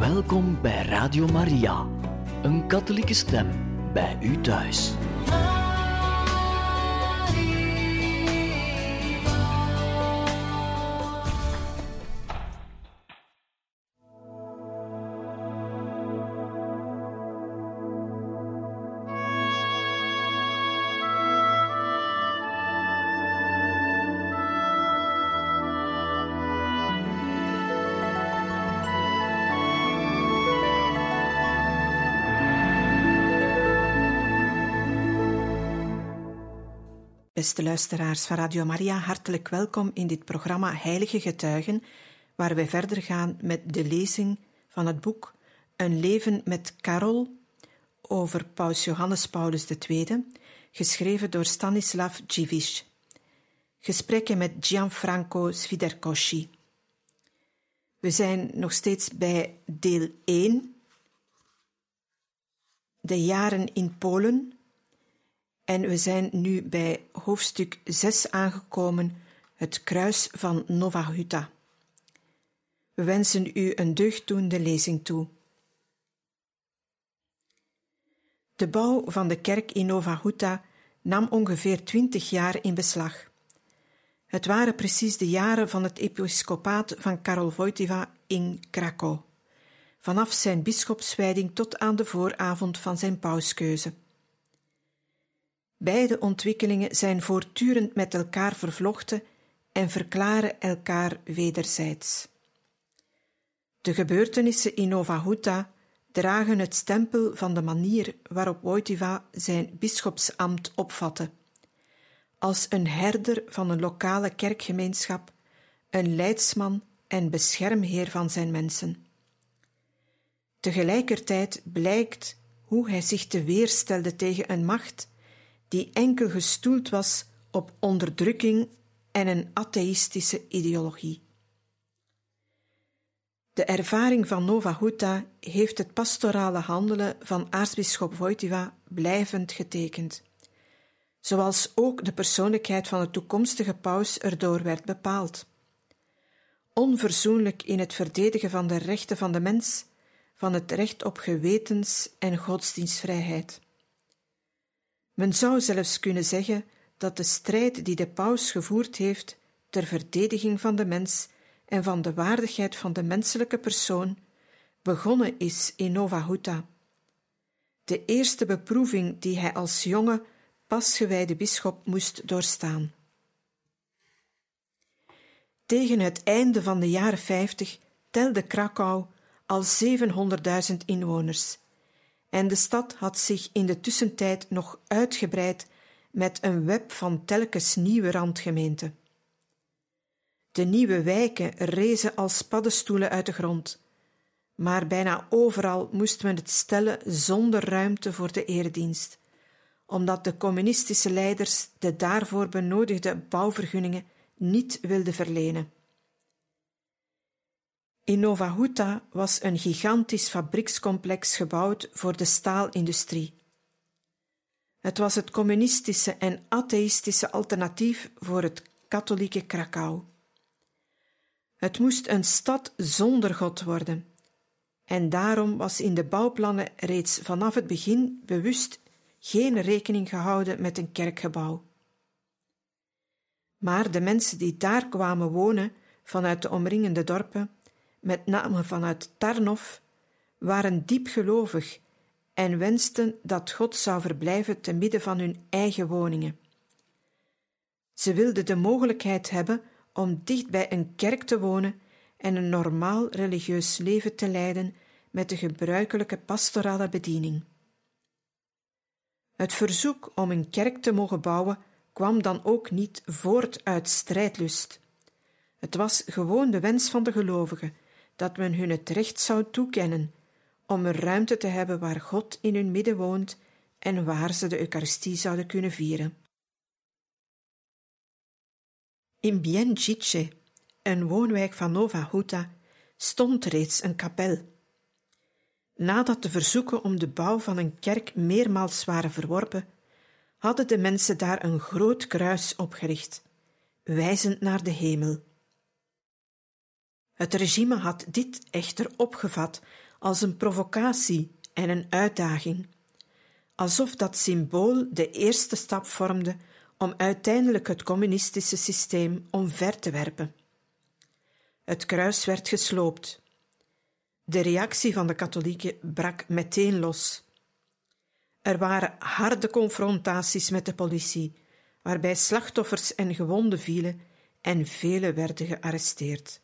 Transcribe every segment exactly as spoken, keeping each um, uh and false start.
Welkom bij Radio Maria, een katholieke stem bij u thuis. Beste luisteraars van Radio Maria, hartelijk welkom in dit programma Heilige Getuigen, waar wij verder gaan met de lezing van het boek Een leven met Karol over Paus Johannes Paulus de Tweede, geschreven door Stanislav Dziwisz. Gesprekken met Gianfranco Sviderkosci. We zijn nog steeds bij deel één, de jaren in Polen. En we zijn nu bij hoofdstuk zes aangekomen, het kruis van Nowa Huta. We wensen u een deugddoende lezing toe. De bouw van de kerk in Nowa Huta nam ongeveer twintig jaar in beslag. Het waren precies de jaren van het episcopaat van Karol Wojtyła in Krakau, vanaf zijn bisschopswijding tot aan de vooravond van zijn pauskeuze. Beide ontwikkelingen zijn voortdurend met elkaar vervlochten en verklaren elkaar wederzijds. De gebeurtenissen in Nowa Huta dragen het stempel van de manier waarop Wojtyła zijn bisschopsambt opvatte, als een herder van een lokale kerkgemeenschap, een leidsman en beschermheer van zijn mensen. Tegelijkertijd blijkt hoe hij zich te weerstelde tegen een macht die enkel gestoeld was op onderdrukking en een atheïstische ideologie. De ervaring van Nowa Huta heeft het pastorale handelen van aartsbisschop Wojtyła blijvend getekend, zoals ook de persoonlijkheid van de toekomstige paus erdoor werd bepaald. Onverzoenlijk in het verdedigen van de rechten van de mens, van het recht op gewetens- en godsdienstvrijheid. Men zou zelfs kunnen zeggen dat de strijd die de paus gevoerd heeft ter verdediging van de mens en van de waardigheid van de menselijke persoon begonnen is in Nowa Huta. De eerste beproeving die hij als jonge, pasgewijde bisschop moest doorstaan. Tegen het einde van de jaren vijftig telde Krakau al zevenhonderdduizend inwoners. En de stad had zich in de tussentijd nog uitgebreid met een web van telkens nieuwe randgemeenten. De nieuwe wijken rezen als paddenstoelen uit de grond, maar bijna overal moest men het stellen zonder ruimte voor de eredienst, omdat de communistische leiders de daarvoor benodigde bouwvergunningen niet wilden verlenen. In Nowa Huta was een gigantisch fabriekscomplex gebouwd voor de staalindustrie. Het was het communistische en atheïstische alternatief voor het katholieke Krakau. Het moest een stad zonder God worden, en daarom was in de bouwplannen reeds vanaf het begin bewust geen rekening gehouden met een kerkgebouw. Maar de mensen die daar kwamen wonen vanuit de omringende dorpen, met name vanuit Tarnów, waren diepgelovig en wensten dat God zou verblijven te midden van hun eigen woningen. Ze wilden de mogelijkheid hebben om dicht bij een kerk te wonen en een normaal religieus leven te leiden met de gebruikelijke pastorale bediening. Het verzoek om een kerk te mogen bouwen kwam dan ook niet voort uit strijdlust. Het was gewoon de wens van de gelovigen dat men hun het recht zou toekennen om een ruimte te hebben waar God in hun midden woont en waar ze de Eucharistie zouden kunnen vieren. In Bięcice, een woonwijk van Nowa Huta, stond reeds een kapel. Nadat de verzoeken om de bouw van een kerk meermaals waren verworpen, hadden de mensen daar een groot kruis opgericht, wijzend naar de hemel. Het regime had dit echter opgevat als een provocatie en een uitdaging, alsof dat symbool de eerste stap vormde om uiteindelijk het communistische systeem omver te werpen. Het kruis werd gesloopt. De reactie van de katholieken brak meteen los. Er waren harde confrontaties met de politie, waarbij slachtoffers en gewonden vielen en velen werden gearresteerd.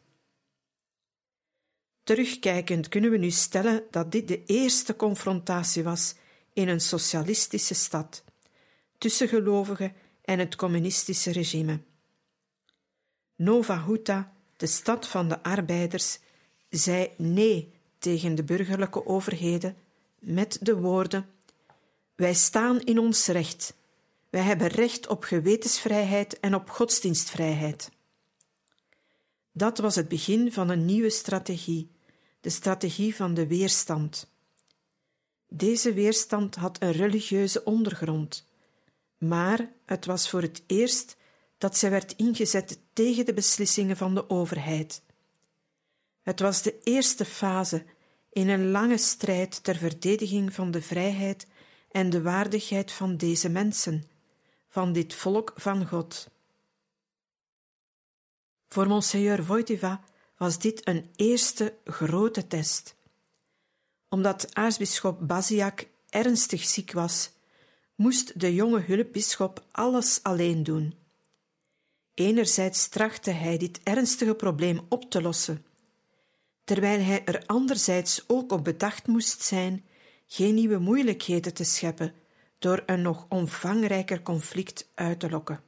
Terugkijkend kunnen we nu stellen dat dit de eerste confrontatie was in een socialistische stad, tussen gelovigen en het communistische regime. Nova Huta, de stad van de arbeiders, zei nee tegen de burgerlijke overheden met de woorden: wij staan in ons recht. Wij hebben recht op gewetensvrijheid en op godsdienstvrijheid. Dat was het begin van een nieuwe strategie, de strategie van de weerstand. Deze weerstand had een religieuze ondergrond, maar het was voor het eerst dat zij werd ingezet tegen de beslissingen van de overheid. Het was de eerste fase in een lange strijd ter verdediging van de vrijheid en de waardigheid van deze mensen, van dit volk van God. Voor Monseigneur Wojtyła was dit een eerste grote test. Omdat aartsbisschop Baziak ernstig ziek was, moest de jonge hulpbisschop alles alleen doen. Enerzijds trachtte hij dit ernstige probleem op te lossen, terwijl hij er anderzijds ook op bedacht moest zijn geen nieuwe moeilijkheden te scheppen door een nog omvangrijker conflict uit te lokken.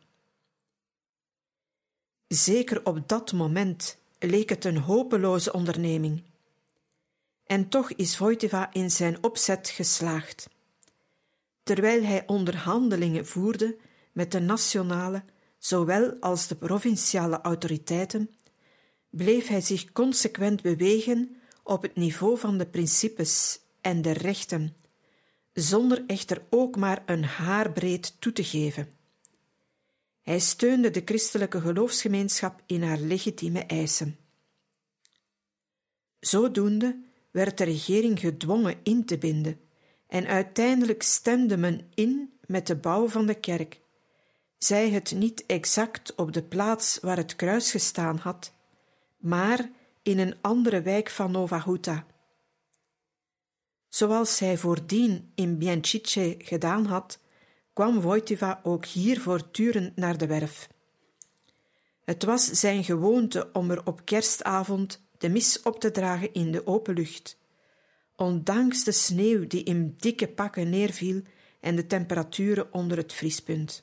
Zeker op dat moment leek het een hopeloze onderneming. En toch is Wojtyła in zijn opzet geslaagd. Terwijl hij onderhandelingen voerde met de nationale zowel als de provinciale autoriteiten, bleef hij zich consequent bewegen op het niveau van de principes en de rechten, zonder echter ook maar een haarbreed toe te geven. Hij steunde de christelijke geloofsgemeenschap in haar legitieme eisen. Zodoende werd de regering gedwongen in te binden en uiteindelijk stemde men in met de bouw van de kerk, zij het niet exact op de plaats waar het kruis gestaan had, maar in een andere wijk van Nova Huta. Zoals hij voordien in Bięcice gedaan had, kwam Wojtyła ook hier voortdurend naar de werf. Het was zijn gewoonte om er op kerstavond de mis op te dragen in de open lucht, ondanks de sneeuw die in dikke pakken neerviel en de temperaturen onder het vriespunt.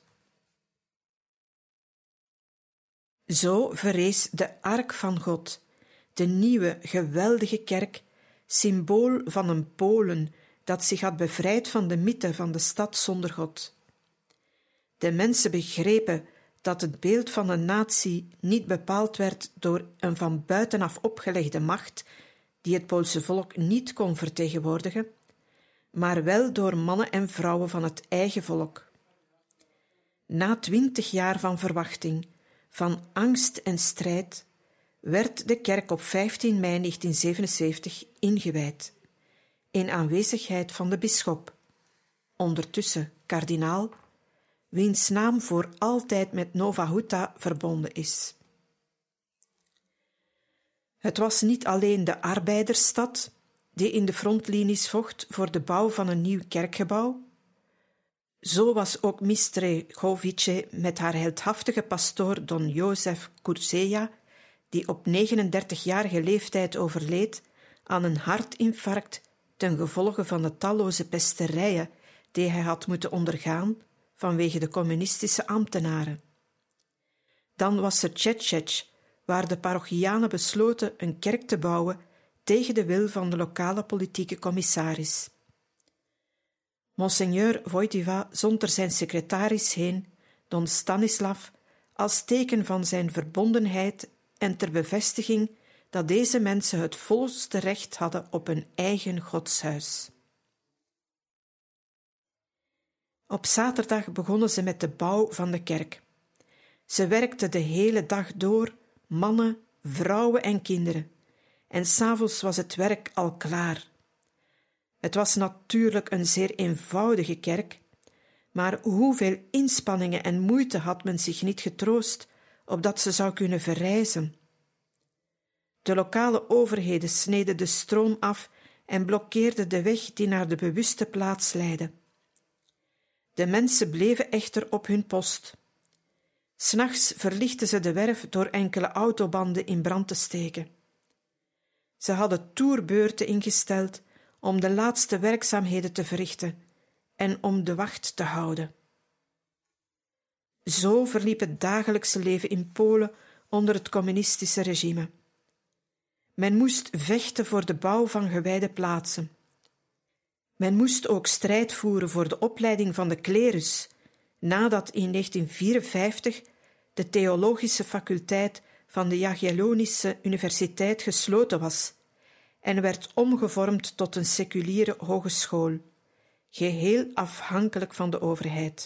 Zo verrees de ark van God, de nieuwe, geweldige kerk, symbool van een Polen dat zich had bevrijd van de mythe van de stad zonder God. De mensen begrepen dat het beeld van een natie niet bepaald werd door een van buitenaf opgelegde macht die het Poolse volk niet kon vertegenwoordigen, maar wel door mannen en vrouwen van het eigen volk. Na twintig jaar van verwachting, van angst en strijd, werd de kerk op vijftien mei negentien zevenenzeventig ingewijd, in aanwezigheid van de bisschop, ondertussen kardinaal, wiens naam voor altijd met Nova Huta verbonden is. Het was niet alleen de arbeidersstad die in de frontlinies vocht voor de bouw van een nieuw kerkgebouw. Zo was ook Mistrzechowice met haar heldhaftige pastoor Don Jozef Kurzeja, die op negenendertigjarige leeftijd overleed aan een hartinfarct ten gevolge van de talloze pesterijen die hij had moeten ondergaan vanwege de communistische ambtenaren. Dan was er Tczetchec, waar de parochianen besloten een kerk te bouwen tegen de wil van de lokale politieke commissaris. Monseigneur Wojtyła zond er zijn secretaris heen, Don Stanislav, als teken van zijn verbondenheid en ter bevestiging dat deze mensen het volste recht hadden op een eigen godshuis. Op zaterdag begonnen ze met de bouw van de kerk. Ze werkten de hele dag door, mannen, vrouwen en kinderen, en 's avonds was het werk al klaar. Het was natuurlijk een zeer eenvoudige kerk, maar hoeveel inspanningen en moeite had men zich niet getroost, opdat ze zou kunnen verrijzen. De lokale overheden sneden de stroom af en blokkeerden de weg die naar de bewuste plaats leidde. De mensen bleven echter op hun post. 'S Nachts verlichtten ze de werf door enkele autobanden in brand te steken. Ze hadden toerbeurten ingesteld om de laatste werkzaamheden te verrichten en om de wacht te houden. Zo verliep het dagelijkse leven in Polen onder het communistische regime. Men moest vechten voor de bouw van gewijde plaatsen. Men moest ook strijd voeren voor de opleiding van de klerus, nadat in negentien vierenvijftig de theologische faculteit van de Jagiellonische Universiteit gesloten was en werd omgevormd tot een seculiere hogeschool, geheel afhankelijk van de overheid.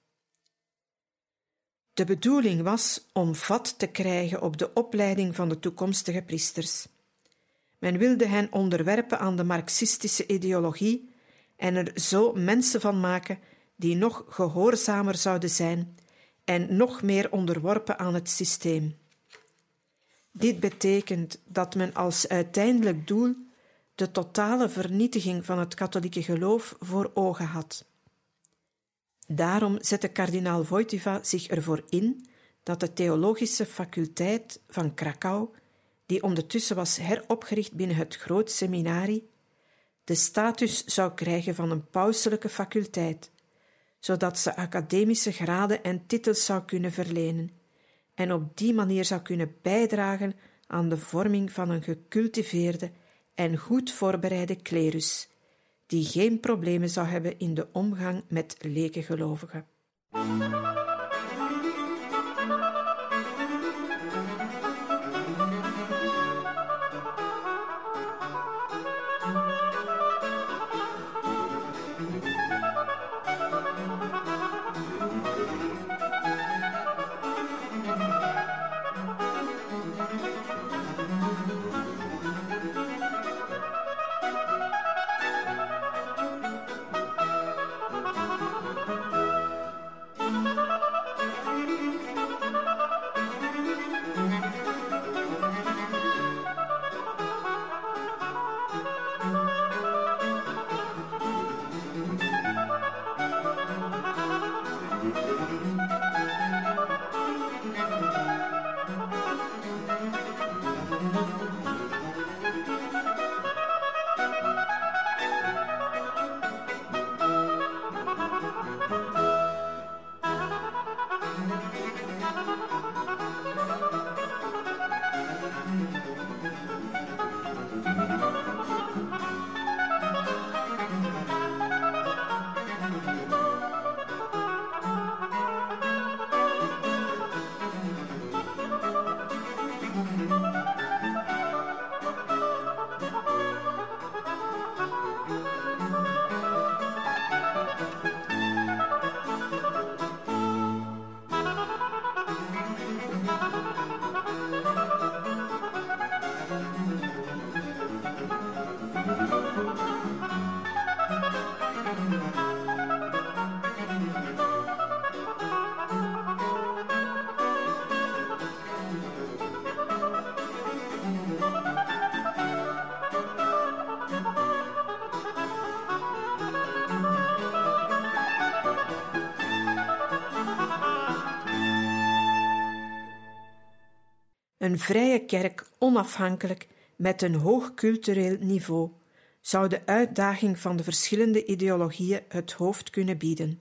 De bedoeling was om vat te krijgen op de opleiding van de toekomstige priesters. Men wilde hen onderwerpen aan de marxistische ideologie en er zo mensen van maken die nog gehoorzamer zouden zijn en nog meer onderworpen aan het systeem. Dit betekent dat men als uiteindelijk doel de totale vernietiging van het katholieke geloof voor ogen had. Daarom zette kardinaal Wojtyła zich ervoor in dat de theologische faculteit van Krakau, die ondertussen was heropgericht binnen het Groot Seminarie, de status zou krijgen van een pauselijke faculteit, zodat ze academische graden en titels zou kunnen verlenen en op die manier zou kunnen bijdragen aan de vorming van een gecultiveerde en goed voorbereide klerus, die geen problemen zou hebben in de omgang met leke gelovigen. Een vrije kerk, onafhankelijk, met een hoog cultureel niveau, zou de uitdaging van de verschillende ideologieën het hoofd kunnen bieden.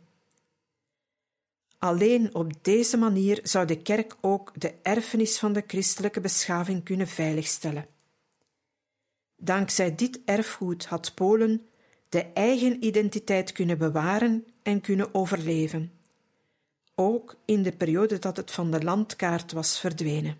Alleen op deze manier zou de kerk ook de erfenis van de christelijke beschaving kunnen veiligstellen. Dankzij dit erfgoed had Polen de eigen identiteit kunnen bewaren en kunnen overleven, ook in de periode dat het van de landkaart was verdwenen.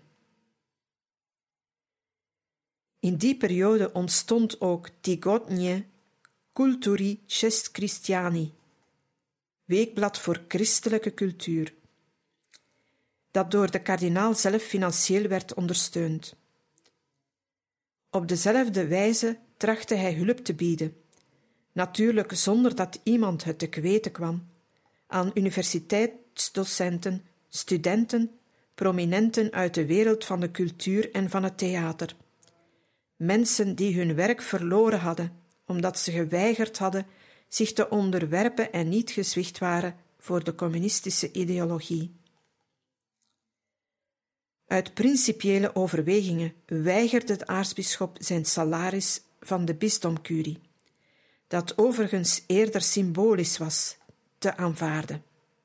In die periode ontstond ook Tygodnie Kultury Chrześcijani, weekblad voor christelijke cultuur, dat door de kardinaal zelf financieel werd ondersteund. Op dezelfde wijze trachtte hij hulp te bieden, natuurlijk zonder dat iemand het te weten kwam, aan universiteitsdocenten, studenten, prominenten uit de wereld van de cultuur en van het theater. Mensen die hun werk verloren hadden, omdat ze geweigerd hadden zich te onderwerpen en niet gezwicht waren voor de communistische ideologie. Uit principiële overwegingen weigerde de aartsbisschop zijn salaris van de bisdomcurie, dat overigens eerder symbolisch was, te aanvaarden.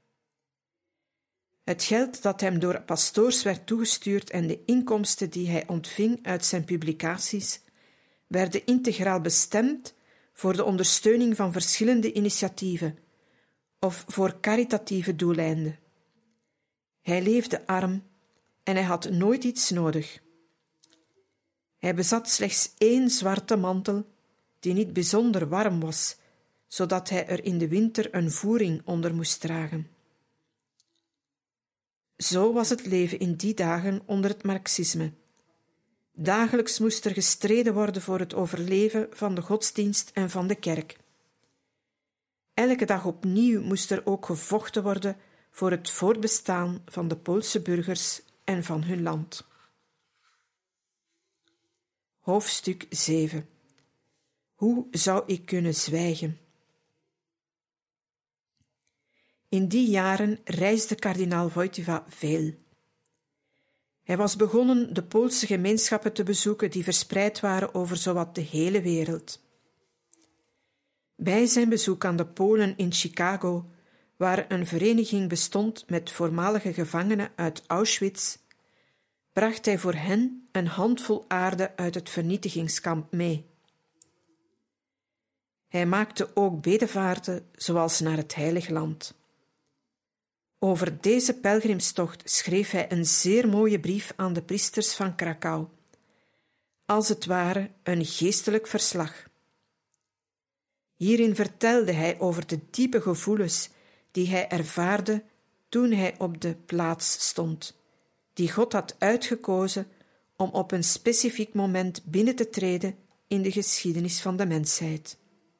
Het geld dat hem door pastoors werd toegestuurd en de inkomsten die hij ontving uit zijn publicaties werden integraal bestemd voor de ondersteuning van verschillende initiatieven of voor caritatieve doeleinden. Hij leefde arm en hij had nooit iets nodig. Hij bezat slechts één zwarte mantel die niet bijzonder warm was, zodat hij er in de winter een voering onder moest dragen. Zo was het leven in die dagen onder het marxisme. Dagelijks moest er gestreden worden voor het overleven van de godsdienst en van de kerk. Elke dag opnieuw moest er ook gevochten worden voor het voortbestaan van de Poolse burgers en van hun land. Hoofdstuk zeven. Hoe zou ik kunnen zwijgen? In die jaren reisde kardinaal Wojtyła veel. Hij was begonnen de Poolse gemeenschappen te bezoeken die verspreid waren over zowat de hele wereld. Bij zijn bezoek aan de Polen in Chicago, waar een vereniging bestond met voormalige gevangenen uit Auschwitz, bracht hij voor hen een handvol aarde uit het vernietigingskamp mee. Hij maakte ook bedevaarten, zoals naar het Heilige Land. Over deze pelgrimstocht schreef hij een zeer mooie brief aan de priesters van Krakau, als het ware een geestelijk verslag. Hierin vertelde hij over de diepe gevoelens die hij ervaarde toen hij op de plaats stond, die God had uitgekozen om op een specifiek moment binnen te treden in de geschiedenis van de mensheid.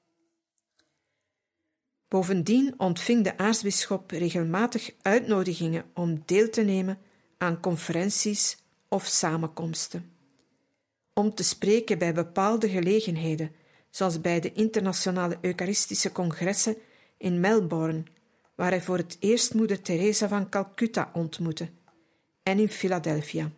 Bovendien ontving de aartsbisschop regelmatig uitnodigingen om deel te nemen aan conferenties of samenkomsten, om te spreken bij bepaalde gelegenheden, zoals bij de internationale Eucharistische congressen in Melbourne, waar hij voor het eerst moeder Teresa van Calcutta ontmoette, en in Philadelphia.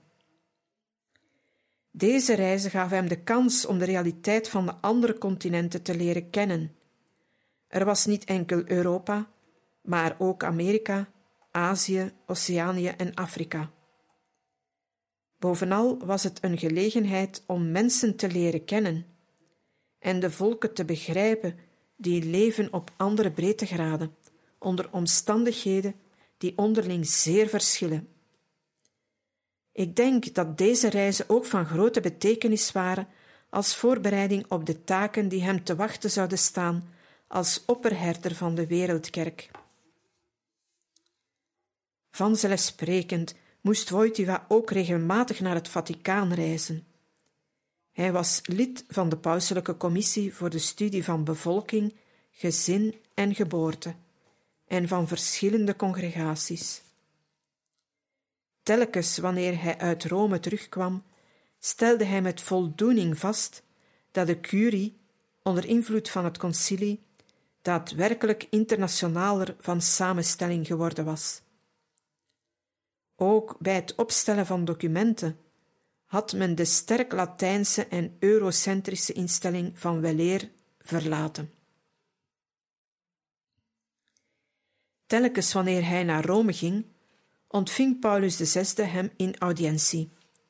Deze reizen gaven hem de kans om de realiteit van de andere continenten te leren kennen. Er was niet enkel Europa, maar ook Amerika, Azië, Oceanië en Afrika. Bovenal was het een gelegenheid om mensen te leren kennen en de volken te begrijpen die leven op andere breedtegraden, onder omstandigheden die onderling zeer verschillen. Ik denk dat deze reizen ook van grote betekenis waren als voorbereiding op de taken die hem te wachten zouden staan als opperherder van de wereldkerk. Vanzelfsprekend moest Wojtyła ook regelmatig naar het Vaticaan reizen. Hij was lid van de pauselijke commissie voor de studie van bevolking, gezin en geboorte en van verschillende congregaties. Telkens wanneer hij uit Rome terugkwam, stelde hij met voldoening vast dat de curie, onder invloed van het concilie, daadwerkelijk internationaler van samenstelling geworden was. Ook bij het opstellen van documenten had men de sterk Latijnse en eurocentrische instelling van weleer verlaten. Telkens wanneer hij naar Rome ging, ontving Paulus de zesde hem in audiëntie.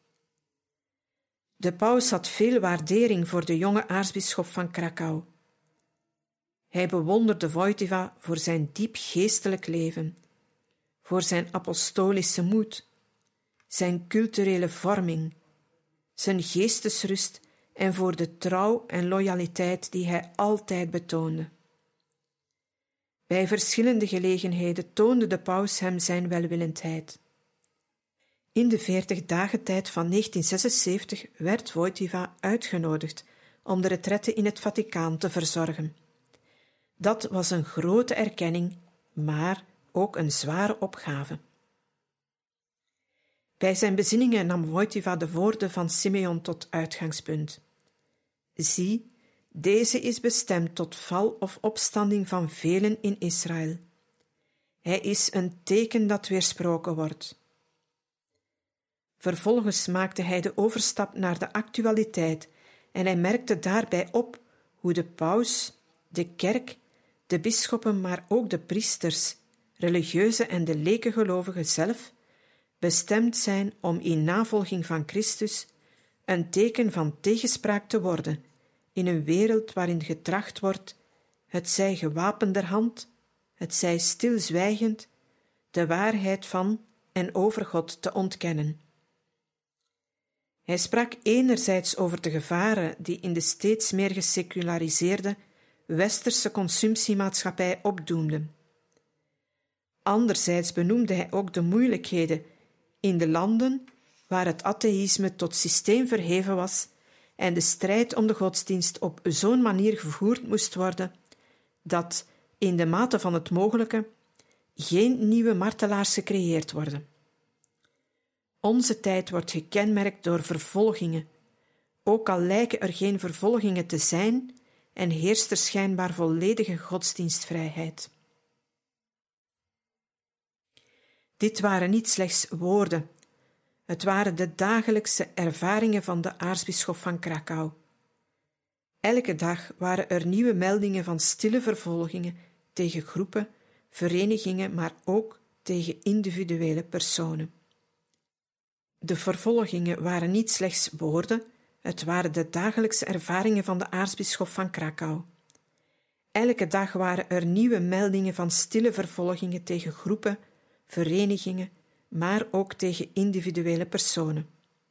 De paus had veel waardering voor de jonge aartsbisschop van Krakau. Hij bewonderde Wojtyła voor zijn diep geestelijk leven, voor zijn apostolische moed, zijn culturele vorming, zijn geestesrust en voor de trouw en loyaliteit die hij altijd betoonde. Bij verschillende gelegenheden toonde de paus hem zijn welwillendheid. In de veertig dagen tijd van negentien zesenzeventig werd Wojtyła uitgenodigd om de retraite in het Vaticaan te verzorgen. Dat was een grote erkenning, maar ook een zware opgave. Bij zijn bezinningen nam Wojtyła de woorden van Simeon tot uitgangspunt. Zie, deze is bestemd tot val of opstanding van velen in Israël. Hij is een teken dat weersproken wordt. Vervolgens maakte hij de overstap naar de actualiteit en hij merkte daarbij op hoe de paus, de kerk, de bisschoppen, maar ook de priesters, religieuze en de lekengelovigen zelf bestemd zijn om in navolging van Christus een teken van tegenspraak te worden in een wereld waarin getracht wordt, het zij gewapenderhand, het zij stilzwijgend, de waarheid van en over God te ontkennen. Hij sprak enerzijds over de gevaren die in de steeds meer geseculariseerde westerse consumptiemaatschappij opdoemden. Anderzijds benoemde hij ook de moeilijkheden in de landen waar het atheïsme tot systeem verheven was en de strijd om de godsdienst op zo'n manier gevoerd moest worden dat, in de mate van het mogelijke, geen nieuwe martelaars gecreëerd worden. Onze tijd wordt gekenmerkt door vervolgingen, ook al lijken er geen vervolgingen te zijn en heerst er schijnbaar volledige godsdienstvrijheid. Dit waren niet slechts woorden, het waren de dagelijkse ervaringen van de aartsbisschop van Krakau. Elke dag waren er nieuwe meldingen van stille vervolgingen tegen groepen, verenigingen, maar ook tegen individuele personen. De vervolgingen waren niet slechts woorden, het waren de dagelijkse ervaringen van de aartsbisschop van Krakau. Elke dag waren er nieuwe meldingen van stille vervolgingen tegen groepen, verenigingen, maar ook tegen individuele personen.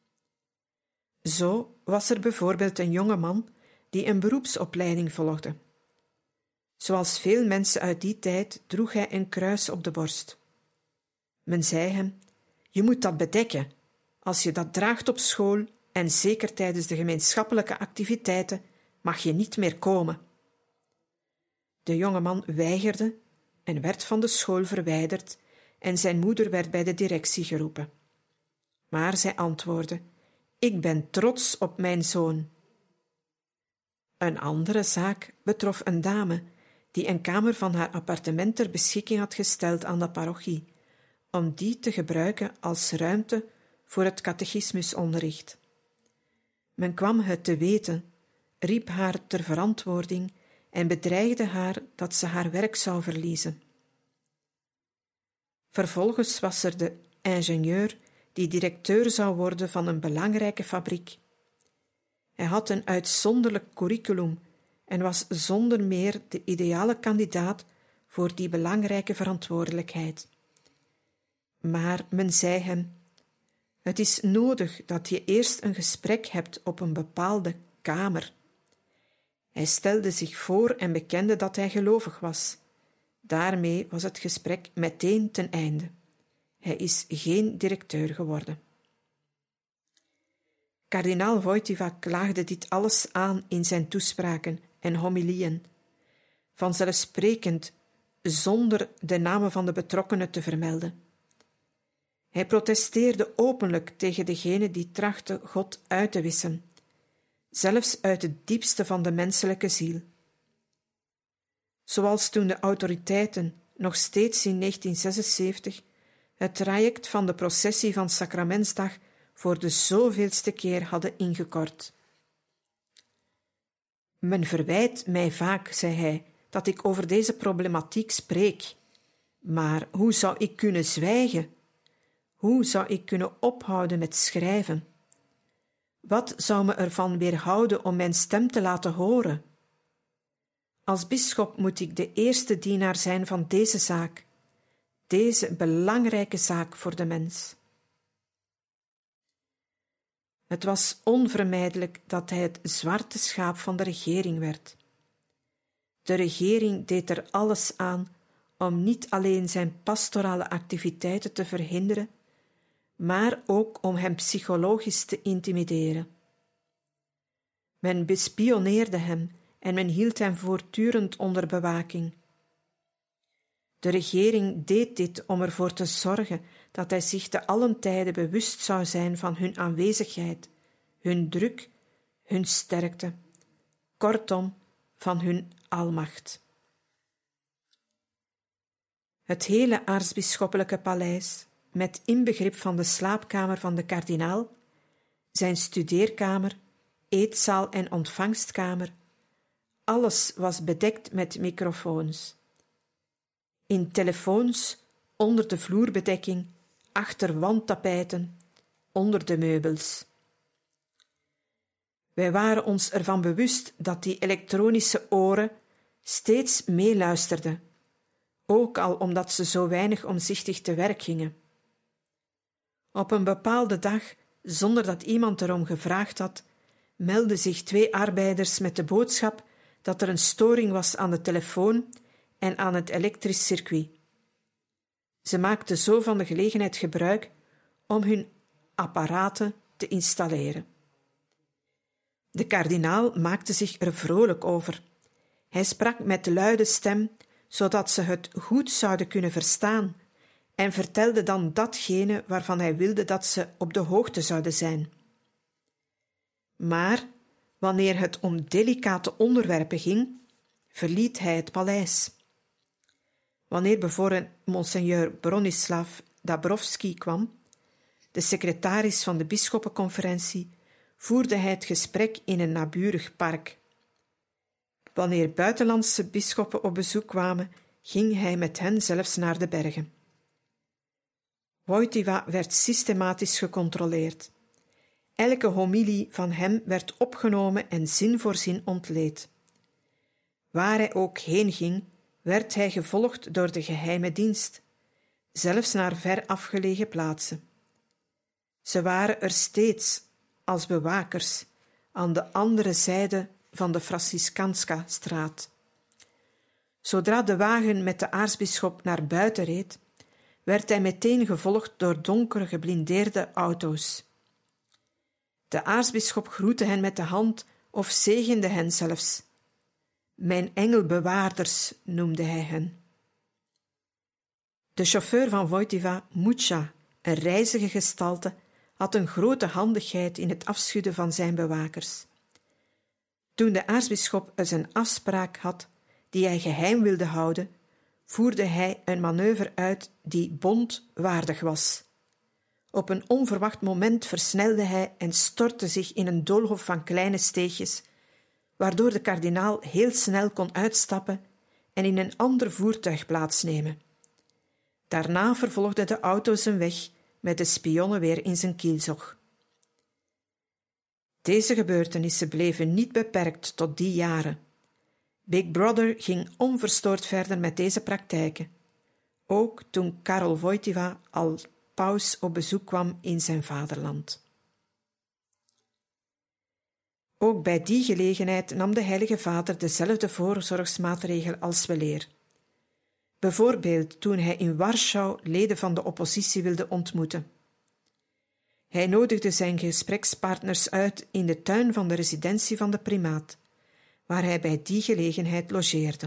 Zo was er bijvoorbeeld een jonge man die een beroepsopleiding volgde. Zoals veel mensen uit die tijd droeg hij een kruis op de borst. Men zei hem: je moet dat bedekken. Als je dat draagt op school en zeker tijdens de gemeenschappelijke activiteiten, mag je niet meer komen. De jonge man weigerde en werd van de school verwijderd en zijn moeder werd bij de directie geroepen. Maar zij antwoordde: ik ben trots op mijn zoon. Een andere zaak betrof een dame die een kamer van haar appartement ter beschikking had gesteld aan de parochie, om die te gebruiken als ruimte voor het catechismusonderricht. Men kwam het te weten, riep haar ter verantwoording en bedreigde haar dat ze haar werk zou verliezen. Vervolgens was er de ingenieur die directeur zou worden van een belangrijke fabriek. Hij had een uitzonderlijk curriculum en was zonder meer de ideale kandidaat voor die belangrijke verantwoordelijkheid. Maar men zei hem: het is nodig dat je eerst een gesprek hebt op een bepaalde kamer. Hij stelde zich voor en bekende dat hij gelovig was. Daarmee was het gesprek meteen ten einde. Hij is geen directeur geworden. Kardinaal Wojtyła klaagde dit alles aan in zijn toespraken en homilieën, vanzelfsprekend zonder de namen van de betrokkenen te vermelden. Hij protesteerde openlijk tegen degenen die trachten God uit te wissen, zelfs uit het diepste van de menselijke ziel. Zoals toen de autoriteiten nog steeds in negentien zesenzeventig het traject van de processie van Sacramentsdag voor de zoveelste keer hadden ingekort. Men verwijt mij vaak, zei hij, dat ik over deze problematiek spreek. Maar hoe zou ik kunnen zwijgen? Hoe zou ik kunnen ophouden met schrijven? Wat zou me ervan weerhouden om mijn stem te laten horen? Als bisschop moet ik de eerste dienaar zijn van deze zaak, deze belangrijke zaak voor de mens. Het was onvermijdelijk dat hij het zwarte schaap van de regering werd. De regering deed er alles aan om niet alleen zijn pastorale activiteiten te verhinderen, maar ook om hem psychologisch te intimideren. Men bespioneerde hem en men hield hem voortdurend onder bewaking. De regering deed dit om ervoor te zorgen dat hij zich te allen tijde bewust zou zijn van hun aanwezigheid, hun druk, hun sterkte, kortom, van hun almacht. Het hele aartsbisschoppelijke paleis, met inbegrip van de slaapkamer van de kardinaal, zijn studeerkamer, eetzaal en ontvangstkamer, alles was bedekt met microfoons. In telefoons, onder de vloerbedekking, achter wandtapijten, onder de meubels. Wij waren ons ervan bewust dat die elektronische oren steeds meeluisterden, ook al omdat ze zo weinig omzichtig te werk gingen. Op een bepaalde dag, zonder dat iemand erom gevraagd had, meldden zich twee arbeiders met de boodschap dat er een storing was aan de telefoon en aan het elektrisch circuit. Ze maakten zo van de gelegenheid gebruik om hun apparaten te installeren. De kardinaal maakte zich er vrolijk over. Hij sprak met luide stem, zodat ze het goed zouden kunnen verstaan, en vertelde dan datgene waarvan hij wilde dat ze op de hoogte zouden zijn. Maar wanneer het om delicate onderwerpen ging, verliet hij het paleis. Wanneer bijvoorbeeld monseigneur Bronislaw Dabrowski kwam, de secretaris van de bisschoppenconferentie, voerde hij het gesprek in een naburig park. Wanneer buitenlandse bisschoppen op bezoek kwamen, ging hij met hen zelfs naar de bergen. Wojtyła werd systematisch gecontroleerd. Elke homilie van hem werd opgenomen en zin voor zin ontleed. Waar hij ook heen ging, werd hij gevolgd door de geheime dienst, zelfs naar ver afgelegen plaatsen. Ze waren er steeds als bewakers aan de andere zijde van de Franciscanska-straat. Zodra de wagen met de aartsbisschop naar buiten reed, werd hij meteen gevolgd door donkere geblindeerde auto's. De aartsbisschop groette hen met de hand of zegende hen zelfs. Mijn engelbewaarders noemde hij hen. De chauffeur van Wojtyła, Mucha, een rijzige gestalte, had een grote handigheid in het afschudden van zijn bewakers. Toen de aartsbisschop een afspraak had die hij geheim wilde houden, voerde hij een manoeuvre uit die Bond waardig was. Op een onverwacht moment versnelde hij en stortte zich in een doolhof van kleine steegjes, waardoor de kardinaal heel snel kon uitstappen en in een ander voertuig plaatsnemen. Daarna vervolgde de auto zijn weg met de spionnen weer in zijn kielzog. Deze gebeurtenissen bleven niet beperkt tot die jaren. Big Brother ging onverstoord verder met deze praktijken, ook toen Karol Wojtyła als paus op bezoek kwam in zijn vaderland. Ook bij die gelegenheid nam de Heilige Vader dezelfde voorzorgsmaatregel als weleer. Bijvoorbeeld toen hij in Warschau leden van de oppositie wilde ontmoeten. Hij nodigde zijn gesprekspartners uit in de tuin van de residentie van de primaat, waar hij bij die gelegenheid logeerde.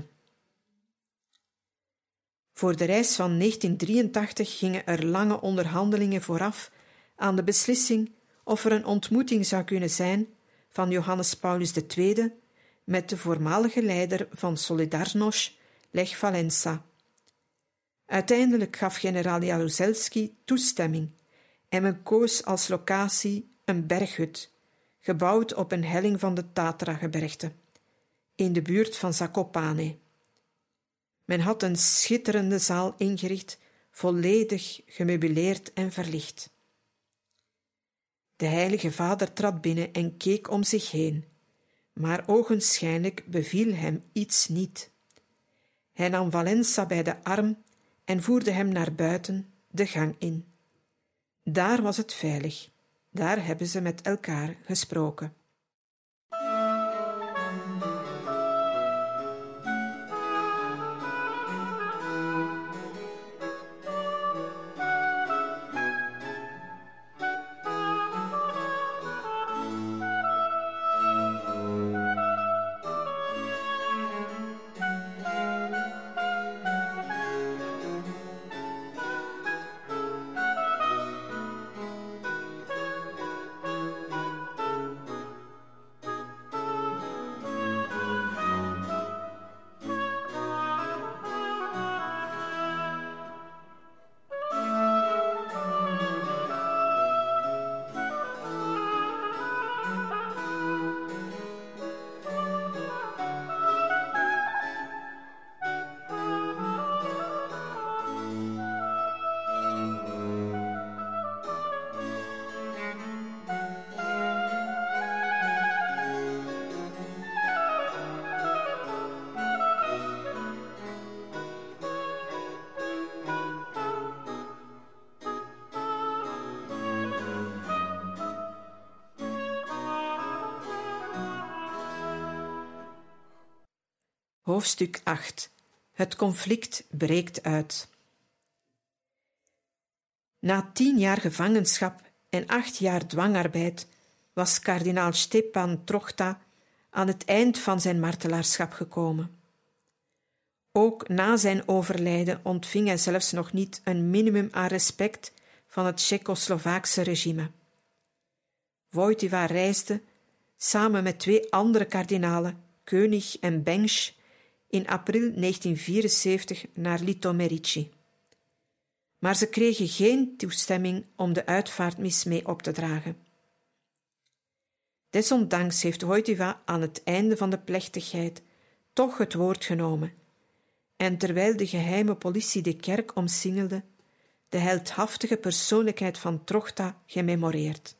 Voor de reis van negentien drieëntachtig gingen er lange onderhandelingen vooraf aan de beslissing of er een ontmoeting zou kunnen zijn van Johannes Paulus de Tweede met de voormalige leider van Solidarność, Lech Wałęsa. Uiteindelijk gaf generaal Jaruzelski toestemming en men koos als locatie een berghut, gebouwd op een helling van de Tatra-gebergte, in de buurt van Zakopane. Men had een schitterende zaal ingericht, volledig gemeubileerd en verlicht. De Heilige Vader trad binnen en keek om zich heen, maar ogenschijnlijk beviel hem iets niet. Hij nam Wałęsa bij de arm en voerde hem naar buiten, de gang in. Daar was het veilig, daar hebben ze met elkaar gesproken. Hoofdstuk acht. Het conflict breekt uit. Na tien jaar gevangenschap en acht jaar dwangarbeid was kardinaal Stepan Trochta aan het eind van zijn martelaarschap gekomen. Ook na zijn overlijden ontving hij zelfs nog niet een minimum aan respect van het Tsjechoslowaakse regime. Wojtyła reisde, samen met twee andere kardinalen, König en Bensch, in april negentien vierenzeventig naar Litoměřice. Maar ze kregen geen toestemming om de uitvaartmis mee op te dragen. Desondanks heeft Wojtyła aan het einde van de plechtigheid toch het woord genomen en terwijl de geheime politie de kerk omsingelde, de heldhaftige persoonlijkheid van Trochta gememoreerd.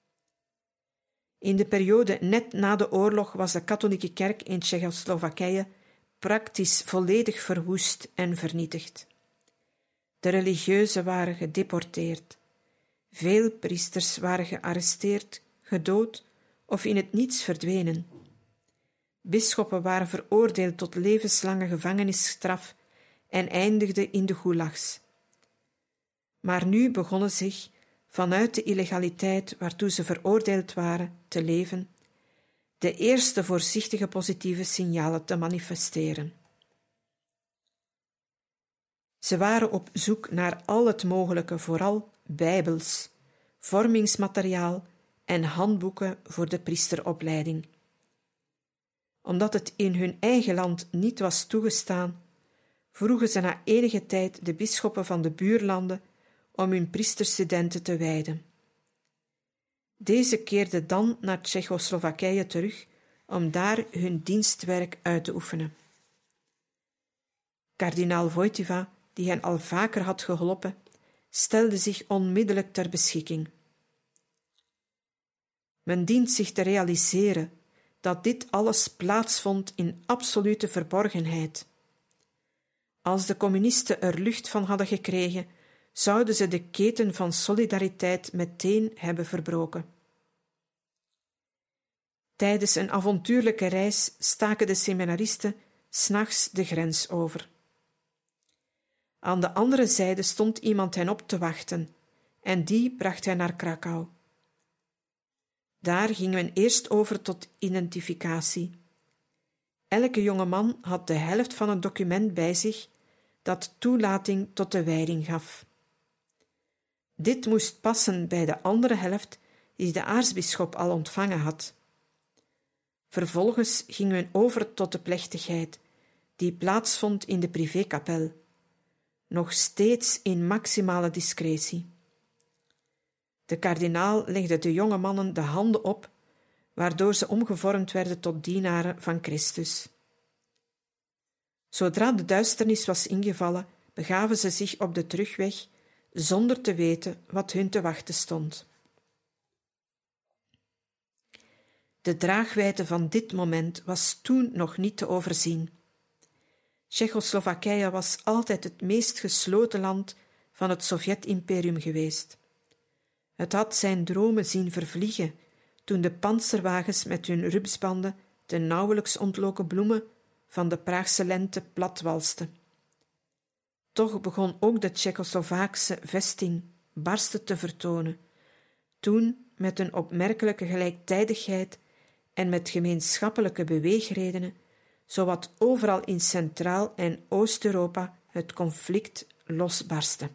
In de periode net na de oorlog was de katholieke kerk in Tsjechoslowakije praktisch volledig verwoest en vernietigd. De religieuzen waren gedeporteerd. Veel priesters waren gearresteerd, gedood of in het niets verdwenen. Bisschoppen waren veroordeeld tot levenslange gevangenisstraf en eindigden in de gulags. Maar nu begonnen zich, vanuit de illegaliteit waartoe ze veroordeeld waren te leven, de eerste voorzichtige positieve signalen te manifesteren. Ze waren op zoek naar al het mogelijke, vooral bijbels, vormingsmateriaal en handboeken voor de priesteropleiding. Omdat het in hun eigen land niet was toegestaan, vroegen ze na enige tijd de bisschoppen van de buurlanden om hun priesterstudenten te wijden. Deze keerden dan naar Tsjechoslowakije terug om daar hun dienstwerk uit te oefenen. Kardinaal Wojtyła, die hen al vaker had geholpen, stelde zich onmiddellijk ter beschikking. Men dient zich te realiseren dat dit alles plaatsvond in absolute verborgenheid. Als de communisten er lucht van hadden gekregen, zouden ze de keten van solidariteit meteen hebben verbroken. Tijdens een avontuurlijke reis staken de seminaristen 's nachts de grens over. Aan de andere zijde stond iemand hen op te wachten en die bracht hij naar Krakau. Daar ging men eerst over tot identificatie. Elke jonge man had de helft van een document bij zich dat toelating tot de wijding gaf. Dit moest passen bij de andere helft die de aartsbisschop al ontvangen had. Vervolgens ging men over tot de plechtigheid, die plaatsvond in de privékapel, nog steeds in maximale discretie. De kardinaal legde de jonge mannen de handen op, waardoor ze omgevormd werden tot dienaren van Christus. Zodra de duisternis was ingevallen, begaven ze zich op de terugweg, zonder te weten wat hun te wachten stond. De draagwijdte van dit moment was toen nog niet te overzien. Tsjechoslowakije was altijd het meest gesloten land van het Sovjet-imperium geweest. Het had zijn dromen zien vervliegen toen de pantserwagens met hun rupsbanden de nauwelijks ontloken bloemen van de Praagse lente platwalsten. Toch begon ook de Tsjechoslowaakse vesting barsten te vertonen, toen met een opmerkelijke gelijktijdigheid en met gemeenschappelijke beweegredenen zowat overal in Centraal- en Oost-Europa het conflict losbarstte.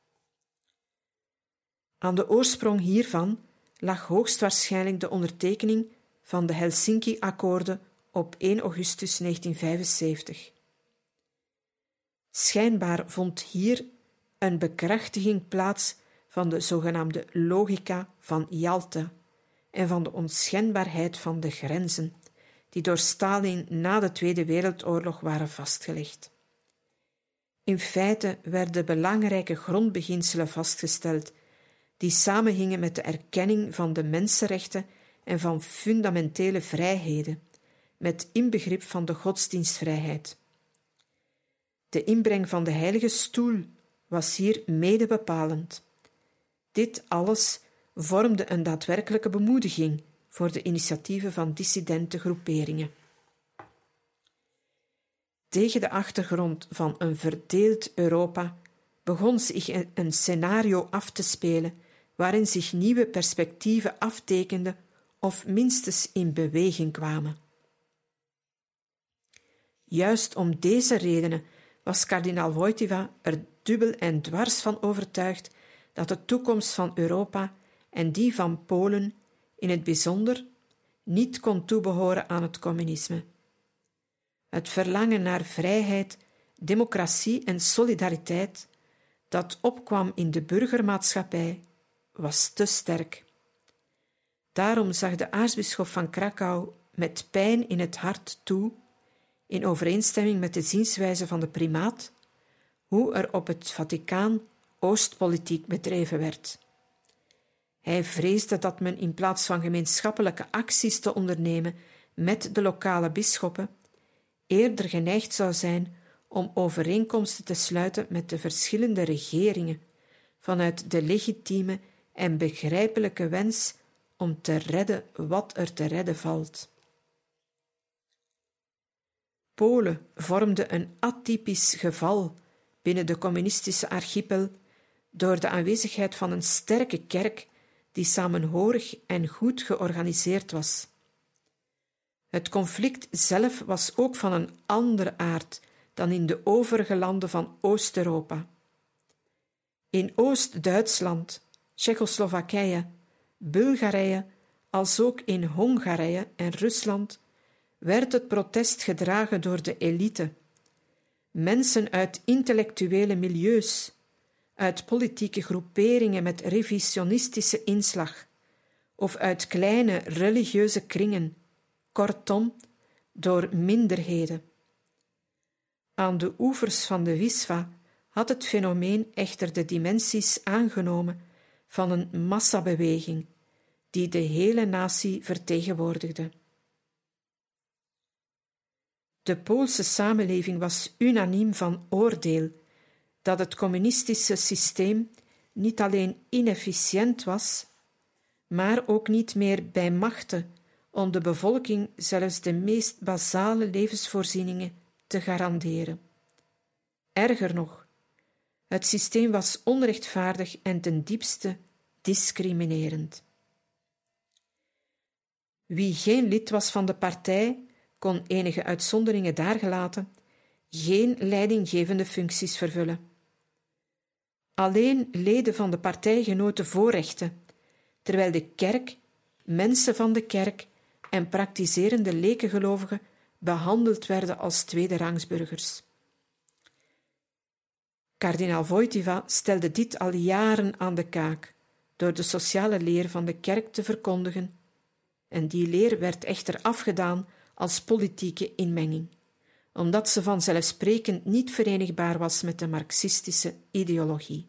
Aan de oorsprong hiervan lag hoogstwaarschijnlijk de ondertekening van de Helsinki-akkoorden op één augustus negentien vijfenzeventig. Schijnbaar vond hier een bekrachtiging plaats van de zogenaamde logica van Jalta en van de onschendbaarheid van de grenzen, die door Stalin na de Tweede Wereldoorlog waren vastgelegd. In feite werden belangrijke grondbeginselen vastgesteld, die samenhingen met de erkenning van de mensenrechten en van fundamentele vrijheden, met inbegrip van de godsdienstvrijheid. De inbreng van de Heilige Stoel was hier mede bepalend. Dit alles vormde een daadwerkelijke bemoediging voor de initiatieven van dissidente groeperingen. Tegen de achtergrond van een verdeeld Europa begon zich een scenario af te spelen waarin zich nieuwe perspectieven aftekenden of minstens in beweging kwamen. Juist om deze redenen was kardinaal Wojtyła er dubbel en dwars van overtuigd dat de toekomst van Europa en die van Polen in het bijzonder niet kon toebehoren aan het communisme. Het verlangen naar vrijheid, democratie en solidariteit dat opkwam in de burgermaatschappij was te sterk. Daarom zag de aartsbisschop van Krakau met pijn in het hart toe, in overeenstemming met de zienswijze van de primaat, hoe er op het Vaticaan Oostpolitiek bedreven werd. Hij vreesde dat men in plaats van gemeenschappelijke acties te ondernemen met de lokale bisschoppen, eerder geneigd zou zijn om overeenkomsten te sluiten met de verschillende regeringen, vanuit de legitieme en begrijpelijke wens om te redden wat er te redden valt. Polen vormde een atypisch geval binnen de communistische archipel door de aanwezigheid van een sterke kerk die samenhorig en goed georganiseerd was. Het conflict zelf was ook van een andere aard dan in de overige landen van Oost-Europa. In Oost-Duitsland, Tsjechoslowakije, Bulgarije, als ook in Hongarije en Rusland werd het protest gedragen door de elite, mensen uit intellectuele milieus, uit politieke groeperingen met revisionistische inslag of uit kleine religieuze kringen, kortom, door minderheden. Aan de oevers van de Wisła had het fenomeen echter de dimensies aangenomen van een massabeweging die de hele natie vertegenwoordigde. De Poolse samenleving was unaniem van oordeel dat het communistische systeem niet alleen inefficiënt was, maar ook niet meer bij machte om de bevolking zelfs de meest basale levensvoorzieningen te garanderen. Erger nog, het systeem was onrechtvaardig en ten diepste discriminerend. Wie geen lid was van de partij, kon enige uitzonderingen daargelaten geen leidinggevende functies vervullen. Alleen leden van de partij genoten voorrechten, terwijl de kerk, mensen van de kerk en praktiserende lekengelovigen behandeld werden als tweederangsburgers. Kardinaal Wojtyła stelde dit al jaren aan de kaak door de sociale leer van de kerk te verkondigen, en die leer werd echter afgedaan als politieke inmenging, omdat ze vanzelfsprekend niet verenigbaar was met de marxistische ideologie.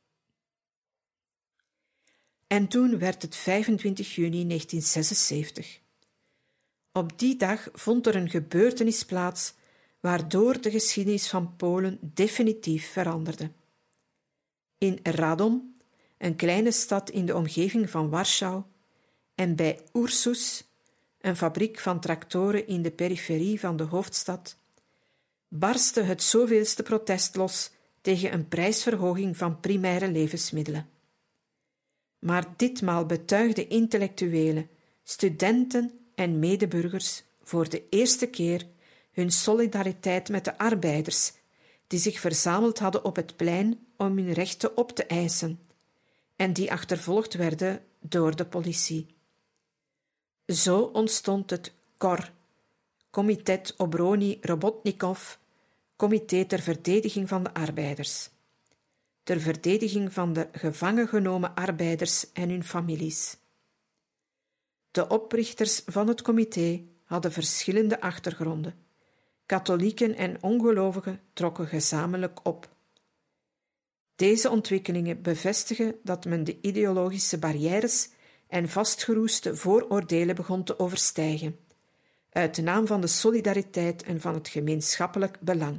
En toen werd het vijfentwintig juni negentien zesenzeventig. Op die dag vond er een gebeurtenis plaats waardoor de geschiedenis van Polen definitief veranderde. In Radom, een kleine stad in de omgeving van Warschau, en bij Ursus, een fabriek van tractoren in de periferie van de hoofdstad, barstte het zoveelste protest los tegen een prijsverhoging van primaire levensmiddelen. Maar ditmaal betuigden intellectuelen, studenten en medeburgers voor de eerste keer hun solidariteit met de arbeiders, die zich verzameld hadden op het plein om hun rechten op te eisen, en die achtervolgd werden door de politie. Zo ontstond het K O R, Komitet Obrony Robotnikov, Comité ter verdediging van de arbeiders, ter verdediging van de gevangen genomen arbeiders en hun families. De oprichters van het comité hadden verschillende achtergronden. Katholieken en ongelovigen trokken gezamenlijk op. Deze ontwikkelingen bevestigen dat men de ideologische barrières en vastgeroeste vooroordelen begon te overstijgen, uit de naam van de solidariteit en van het gemeenschappelijk belang.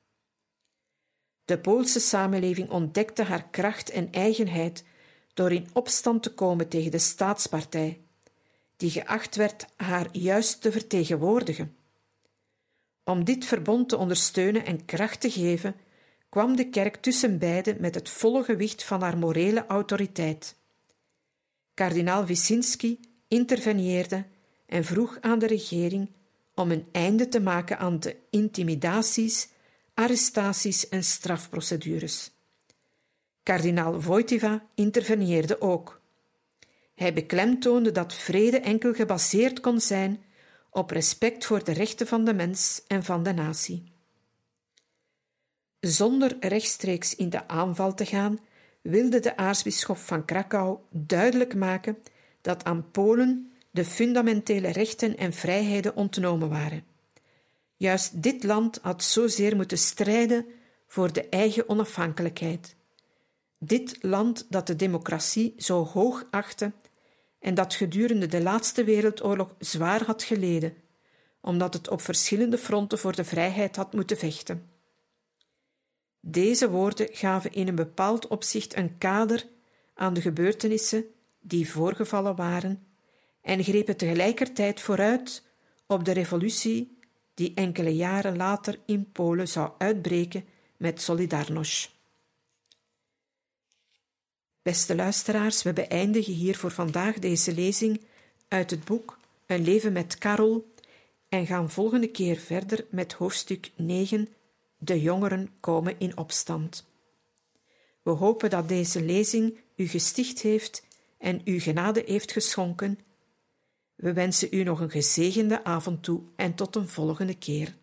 De Poolse samenleving ontdekte haar kracht en eigenheid door in opstand te komen tegen de staatspartij, die geacht werd haar juist te vertegenwoordigen. Om dit verbond te ondersteunen en kracht te geven, kwam de kerk tussen beiden met het volle gewicht van haar morele autoriteit. Kardinaal Wyszynski interveneerde en vroeg aan de regering om een einde te maken aan de intimidaties, arrestaties en strafprocedures. Kardinaal Wojtyła interveneerde ook. Hij beklemtoonde dat vrede enkel gebaseerd kon zijn op respect voor de rechten van de mens en van de natie. Zonder rechtstreeks in de aanval te gaan, wilde de aartsbisschop van Krakau duidelijk maken dat aan Polen de fundamentele rechten en vrijheden ontnomen waren. Juist dit land had zozeer moeten strijden voor de eigen onafhankelijkheid. Dit land dat de democratie zo hoog achtte en dat gedurende de laatste wereldoorlog zwaar had geleden, omdat het op verschillende fronten voor de vrijheid had moeten vechten. Deze woorden gaven in een bepaald opzicht een kader aan de gebeurtenissen die voorgevallen waren en grepen tegelijkertijd vooruit op de revolutie die enkele jaren later in Polen zou uitbreken met Solidarność. Beste luisteraars, we beëindigen hier voor vandaag deze lezing uit het boek Een leven met Karel en gaan volgende keer verder met hoofdstuk negen, De jongeren komen in opstand. We hopen dat deze lezing u gesticht heeft en u genade heeft geschonken. We wensen u nog een gezegende avond toe en tot een volgende keer.